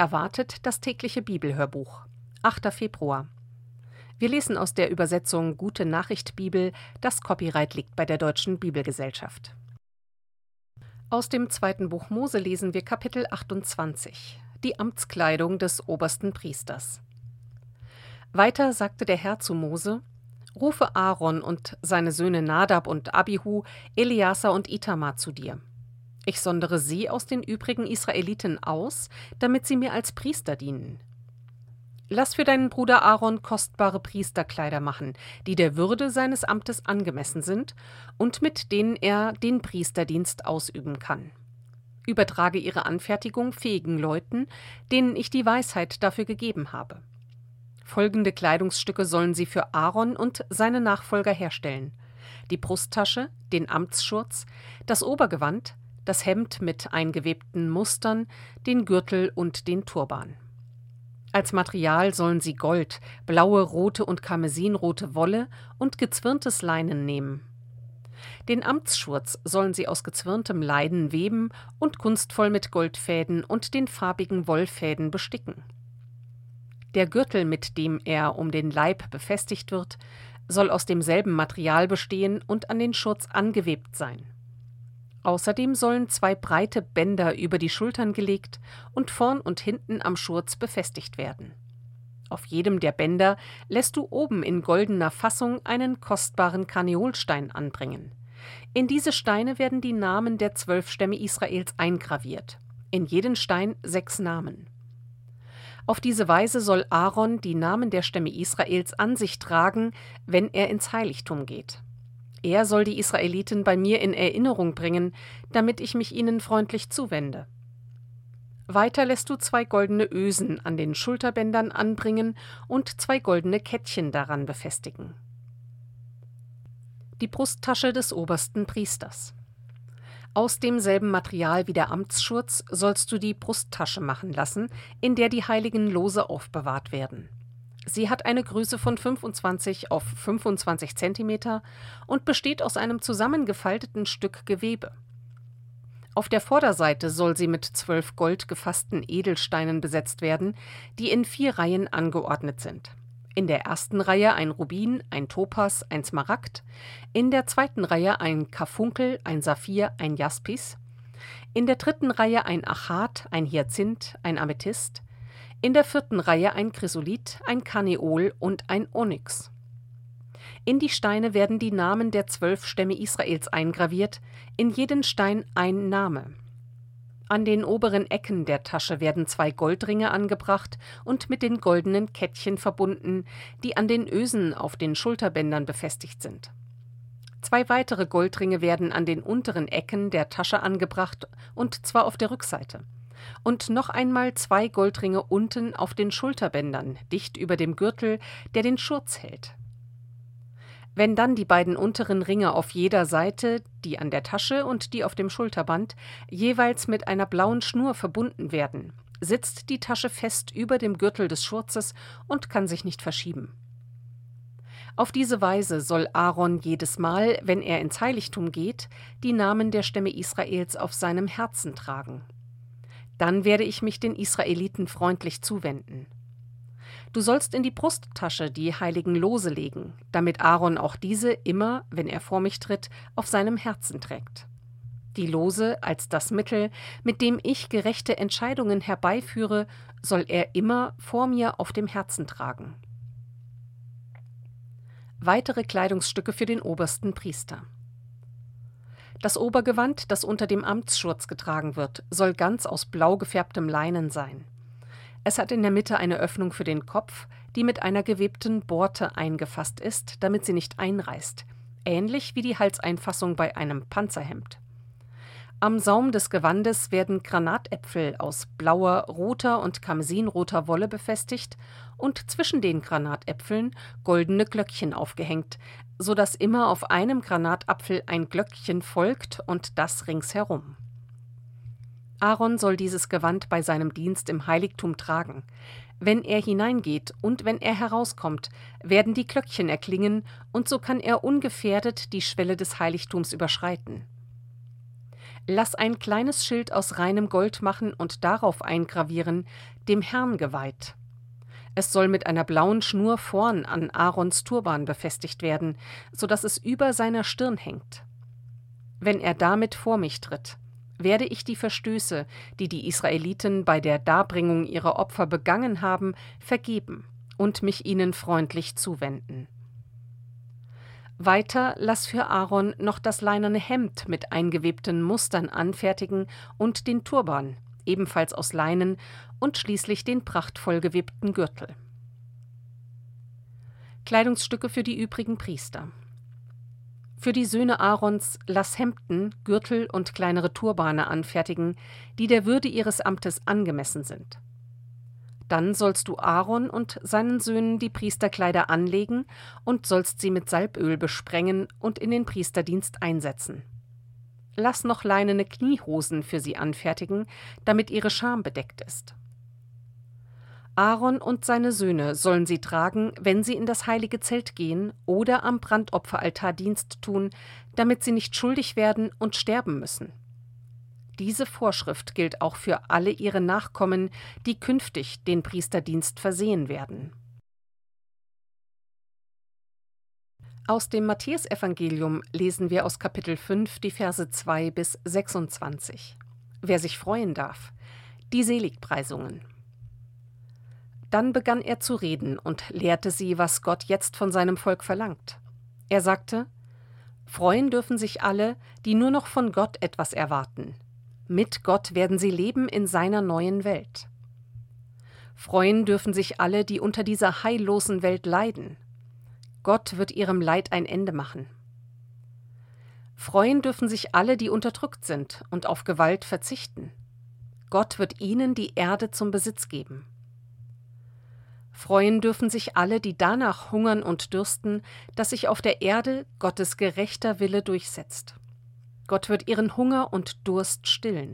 Erwartet das tägliche Bibelhörbuch. 8. Februar. Wir lesen aus der Übersetzung Gute Nachricht Bibel, das Copyright liegt bei der Deutschen Bibelgesellschaft. Aus dem 2. Buch Mose lesen wir Kapitel 28, die Amtskleidung des obersten Priesters. Weiter sagte der Herr zu Mose: Rufe Aaron und seine Söhne Nadab und Abihu, Eleazar und Itamar zu dir. Ich sondere sie aus den übrigen Israeliten aus, damit sie mir als Priester dienen. Lass für deinen Bruder Aaron kostbare Priesterkleider machen, die der Würde seines Amtes angemessen sind und mit denen er den Priesterdienst ausüben kann. Übertrage ihre Anfertigung fähigen Leuten, denen ich die Weisheit dafür gegeben habe. Folgende Kleidungsstücke sollen sie für Aaron und seine Nachfolger herstellen: die Brusttasche, den Amtsschurz, das Obergewand, das Hemd mit eingewebten Mustern, den Gürtel und den Turban. Als Material sollen sie Gold, blaue, rote und karmesinrote Wolle und gezwirntes Leinen nehmen. Den Amtsschurz sollen sie aus gezwirntem Leinen weben und kunstvoll mit Goldfäden und den farbigen Wollfäden besticken. Der Gürtel, mit dem er um den Leib befestigt wird, soll aus demselben Material bestehen und an den Schurz angewebt sein. Außerdem sollen 2 breite Bänder über die Schultern gelegt und vorn und hinten am Schurz befestigt werden. Auf jedem der Bänder lässt du oben in goldener Fassung einen kostbaren Karneolstein anbringen. In diese Steine werden die Namen der 12 Stämme Israels eingraviert. In jeden Stein 6 Namen. Auf diese Weise soll Aaron die Namen der Stämme Israels an sich tragen, wenn er ins Heiligtum geht. Er soll die Israeliten bei mir in Erinnerung bringen, damit ich mich ihnen freundlich zuwende. Weiter lässt du 2 goldene Ösen an den Schulterbändern anbringen und 2 goldene Kettchen daran befestigen. Die Brusttasche des obersten Priesters. Aus demselben Material wie der Amtsschurz sollst du die Brusttasche machen lassen, in der die heiligen Lose aufbewahrt werden. Sie hat eine Größe von 25 auf 25 cm und besteht aus einem zusammengefalteten Stück Gewebe. Auf der Vorderseite soll sie mit 12 goldgefassten Edelsteinen besetzt werden, die in 4 Reihen angeordnet sind. In der ersten Reihe ein Rubin, ein Topas, ein Smaragd, in der zweiten Reihe ein Karfunkel, ein Saphir, ein Jaspis, in der dritten Reihe ein Achat, ein Hyazinth, ein Amethyst, in der 4. Reihe ein Chrysolit, ein Karneol und ein Onyx. In die Steine werden die Namen der 12 Stämme Israels eingraviert, in jeden Stein ein Name. An den oberen Ecken der Tasche werden 2 Goldringe angebracht und mit den goldenen Kettchen verbunden, die an den Ösen auf den Schulterbändern befestigt sind. 2 weitere Goldringe werden an den unteren Ecken der Tasche angebracht, und zwar auf der Rückseite. Und noch einmal 2 Goldringe unten auf den Schulterbändern, dicht über dem Gürtel, der den Schurz hält. Wenn dann die beiden unteren Ringe auf jeder Seite, die an der Tasche und die auf dem Schulterband, jeweils mit einer blauen Schnur verbunden werden, sitzt die Tasche fest über dem Gürtel des Schurzes und kann sich nicht verschieben. Auf diese Weise soll Aaron jedes Mal, wenn er ins Heiligtum geht, die Namen der Stämme Israels auf seinem Herzen tragen. Dann werde ich mich den Israeliten freundlich zuwenden. Du sollst in die Brusttasche die heiligen Lose legen, damit Aaron auch diese immer, wenn er vor mich tritt, auf seinem Herzen trägt. Die Lose als das Mittel, mit dem ich gerechte Entscheidungen herbeiführe, soll er immer vor mir auf dem Herzen tragen. Weitere Kleidungsstücke für den obersten Priester. Das Obergewand, das unter dem Amtsschurz getragen wird, soll ganz aus blau gefärbtem Leinen sein. Es hat in der Mitte eine Öffnung für den Kopf, die mit einer gewebten Borte eingefasst ist, damit sie nicht einreißt, ähnlich wie die Halseinfassung bei einem Panzerhemd. Am Saum des Gewandes werden Granatäpfel aus blauer, roter und karmesinroter Wolle befestigt und zwischen den Granatäpfeln goldene Glöckchen aufgehängt, so dass immer auf einem Granatapfel ein Glöckchen folgt und das ringsherum. Aaron soll dieses Gewand bei seinem Dienst im Heiligtum tragen. Wenn er hineingeht und wenn er herauskommt, werden die Glöckchen erklingen, und so kann er ungefährdet die Schwelle des Heiligtums überschreiten. Lass ein kleines Schild aus reinem Gold machen und darauf eingravieren: dem Herrn geweiht. Es soll mit einer blauen Schnur vorn an Aarons Turban befestigt werden, so dass es über seiner Stirn hängt. Wenn er damit vor mich tritt, werde ich die Verstöße, die die Israeliten bei der Darbringung ihrer Opfer begangen haben, vergeben und mich ihnen freundlich zuwenden. Weiter lass für Aaron noch das leinerne Hemd mit eingewebten Mustern anfertigen und den Turban, ebenfalls aus Leinen, und schließlich den prachtvoll gewebten Gürtel. Kleidungsstücke für die übrigen Priester. Für die Söhne Aarons lass Hemden, Gürtel und kleinere Turbane anfertigen, die der Würde ihres Amtes angemessen sind. Dann sollst du Aaron und seinen Söhnen die Priesterkleider anlegen und sollst sie mit Salböl besprengen und in den Priesterdienst einsetzen. Lass noch leinene Kniehosen für sie anfertigen, damit ihre Scham bedeckt ist. Aaron und seine Söhne sollen sie tragen, wenn sie in das heilige Zelt gehen oder am Brandopferaltar Dienst tun, damit sie nicht schuldig werden und sterben müssen. Diese Vorschrift gilt auch für alle ihre Nachkommen, die künftig den Priesterdienst versehen werden. Aus dem Matthäusevangelium lesen wir aus Kapitel 5 die Verse 2 bis 26. Wer sich freuen darf, die Seligpreisungen. Dann begann er zu reden und lehrte sie, was Gott jetzt von seinem Volk verlangt. Er sagte: Freuen dürfen sich alle, die nur noch von Gott etwas erwarten. Mit Gott werden sie leben in seiner neuen Welt. Freuen dürfen sich alle, die unter dieser heillosen Welt leiden. Gott wird ihrem Leid ein Ende machen. Freuen dürfen sich alle, die unterdrückt sind und auf Gewalt verzichten. Gott wird ihnen die Erde zum Besitz geben. Freuen dürfen sich alle, die danach hungern und dürsten, dass sich auf der Erde Gottes gerechter Wille durchsetzt. Gott wird ihren Hunger und Durst stillen.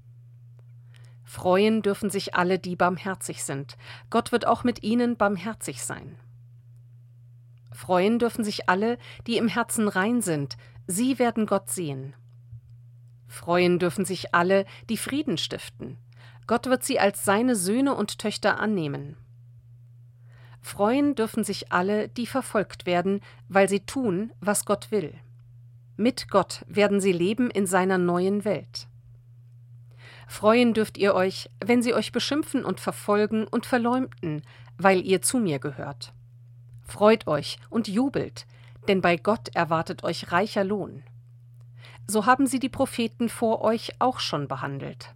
Freuen dürfen sich alle, die barmherzig sind. Gott wird auch mit ihnen barmherzig sein. Freuen dürfen sich alle, die im Herzen rein sind. Sie werden Gott sehen. Freuen dürfen sich alle, die Frieden stiften. Gott wird sie als seine Söhne und Töchter annehmen. Freuen dürfen sich alle, die verfolgt werden, weil sie tun, was Gott will. Mit Gott werden sie leben in seiner neuen Welt. Freuen dürft ihr euch, wenn sie euch beschimpfen und verfolgen und verleumden, weil ihr zu mir gehört. Freut euch und jubelt, denn bei Gott erwartet euch reicher Lohn. So haben sie die Propheten vor euch auch schon behandelt.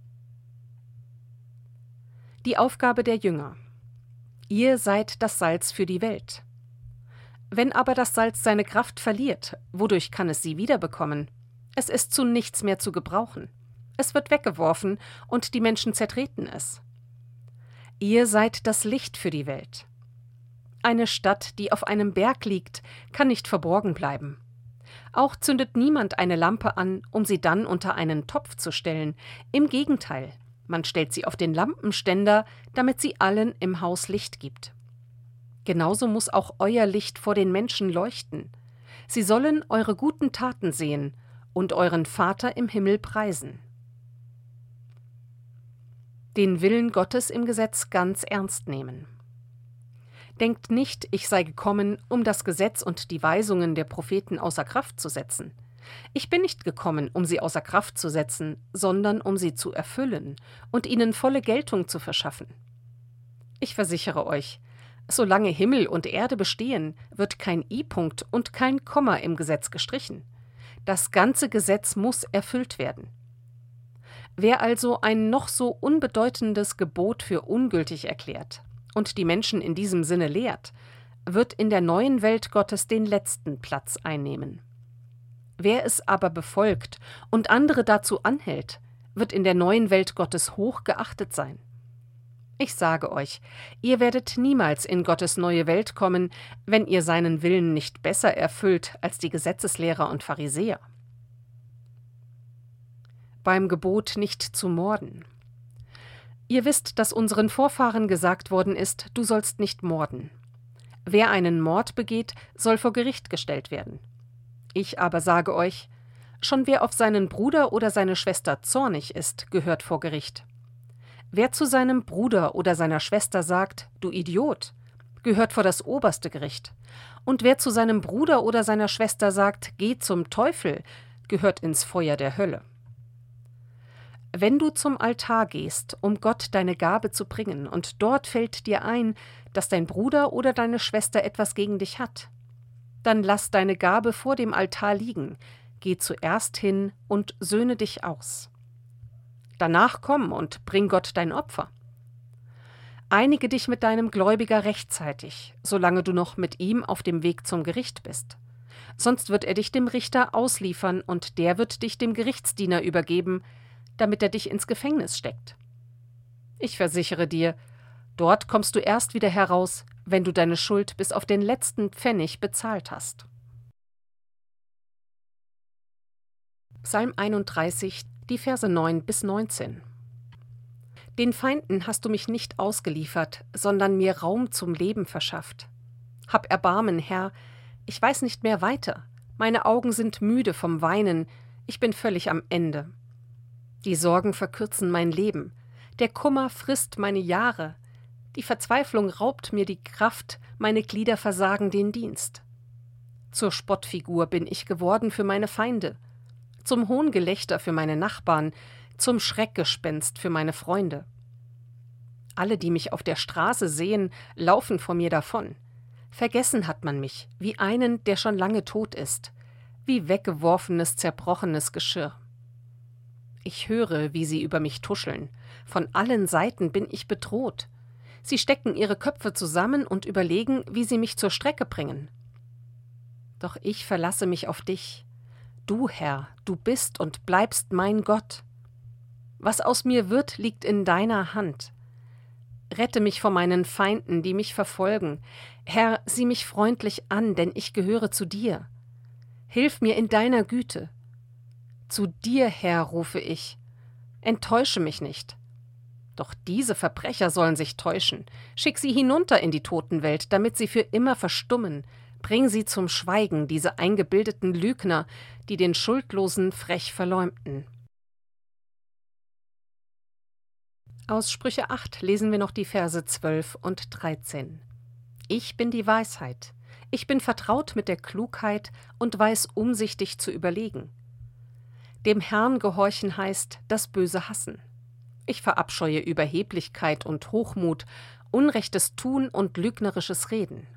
Die Aufgabe der Jünger. Ihr seid das Salz für die Welt. Wenn aber das Salz seine Kraft verliert, wodurch kann es sie wiederbekommen? Es ist zu nichts mehr zu gebrauchen. Es wird weggeworfen und die Menschen zertreten es. Ihr seid das Licht für die Welt. Eine Stadt, die auf einem Berg liegt, kann nicht verborgen bleiben. Auch zündet niemand eine Lampe an, um sie dann unter einen Topf zu stellen. Im Gegenteil, man stellt sie auf den Lampenständer, damit sie allen im Haus Licht gibt. Genauso muss auch euer Licht vor den Menschen leuchten. Sie sollen eure guten Taten sehen und euren Vater im Himmel preisen. Den Willen Gottes im Gesetz ganz ernst nehmen. Denkt nicht, ich sei gekommen, um das Gesetz und die Weisungen der Propheten außer Kraft zu setzen. Ich bin nicht gekommen, um sie außer Kraft zu setzen, sondern um sie zu erfüllen und ihnen volle Geltung zu verschaffen. Ich versichere euch, solange Himmel und Erde bestehen, wird kein I-Punkt und kein Komma im Gesetz gestrichen. Das ganze Gesetz muss erfüllt werden. Wer also ein noch so unbedeutendes Gebot für ungültig erklärt und die Menschen in diesem Sinne lehrt, wird in der neuen Welt Gottes den letzten Platz einnehmen. Wer es aber befolgt und andere dazu anhält, wird in der neuen Welt Gottes hoch geachtet sein. Ich sage euch, ihr werdet niemals in Gottes neue Welt kommen, wenn ihr seinen Willen nicht besser erfüllt als die Gesetzeslehrer und Pharisäer. Beim Gebot, nicht zu morden. Ihr wisst, dass unseren Vorfahren gesagt worden ist, du sollst nicht morden. Wer einen Mord begeht, soll vor Gericht gestellt werden. Ich aber sage euch, Schon wer auf seinen Bruder oder seine Schwester zornig ist, gehört vor Gericht. Wer zu seinem Bruder oder seiner Schwester sagt, du Idiot, gehört vor das oberste Gericht. Und wer zu seinem Bruder oder seiner Schwester sagt, geh zum Teufel, gehört ins Feuer der Hölle. Wenn du zum Altar gehst, um Gott deine Gabe zu bringen, und dort fällt dir ein, dass dein Bruder oder deine Schwester etwas gegen dich hat, dann lass deine Gabe vor dem Altar liegen, geh zuerst hin und söhne dich aus. Danach komm und bring Gott dein Opfer. Einige dich mit deinem Gläubiger rechtzeitig, solange du noch mit ihm auf dem Weg zum Gericht bist. Sonst wird er dich dem Richter ausliefern und der wird dich dem Gerichtsdiener übergeben, damit er dich ins Gefängnis steckt. Ich versichere dir, dort kommst du erst wieder heraus, wenn du deine Schuld bis auf den letzten Pfennig bezahlt hast. Psalm 31, die Verse 9 bis 19. Den Feinden hast du mich nicht ausgeliefert, sondern mir Raum zum Leben verschafft. Hab Erbarmen, Herr, ich weiß nicht mehr weiter. Meine Augen sind müde vom Weinen, ich bin völlig am Ende. Die Sorgen verkürzen mein Leben, der Kummer frisst meine Jahre, die Verzweiflung raubt mir die Kraft, meine Glieder versagen den Dienst. Zur Spottfigur bin ich geworden für meine Feinde, zum Hohngelächter für meine Nachbarn, zum Schreckgespenst für meine Freunde. Alle, die mich auf der Straße sehen, laufen vor mir davon. Vergessen hat man mich, wie einen, der schon lange tot ist, wie weggeworfenes, zerbrochenes Geschirr. Ich höre, wie sie über mich tuscheln. Von allen Seiten bin ich bedroht. Sie stecken ihre Köpfe zusammen und überlegen, wie sie mich zur Strecke bringen. Doch ich verlasse mich auf dich. Du, Herr, du bist und bleibst mein Gott. Was aus mir wird, liegt in deiner Hand. Rette mich vor meinen Feinden, die mich verfolgen. Herr, sieh mich freundlich an, denn ich gehöre zu dir. Hilf mir in deiner Güte. Zu dir, Herr, rufe ich. Enttäusche mich nicht. Doch diese Verbrecher sollen sich täuschen. Schick sie hinunter in die Totenwelt, damit sie für immer verstummen. Bring sie zum Schweigen, diese eingebildeten Lügner, die den Schuldlosen frech verleumden. Aus Sprüche 8 lesen wir noch die Verse 12 und 13. Ich bin die Weisheit. Ich bin vertraut mit der Klugheit und weiß umsichtig zu überlegen. Dem Herrn gehorchen heißt, das Böse hassen. Ich verabscheue Überheblichkeit und Hochmut, unrechtes Tun und lügnerisches Reden.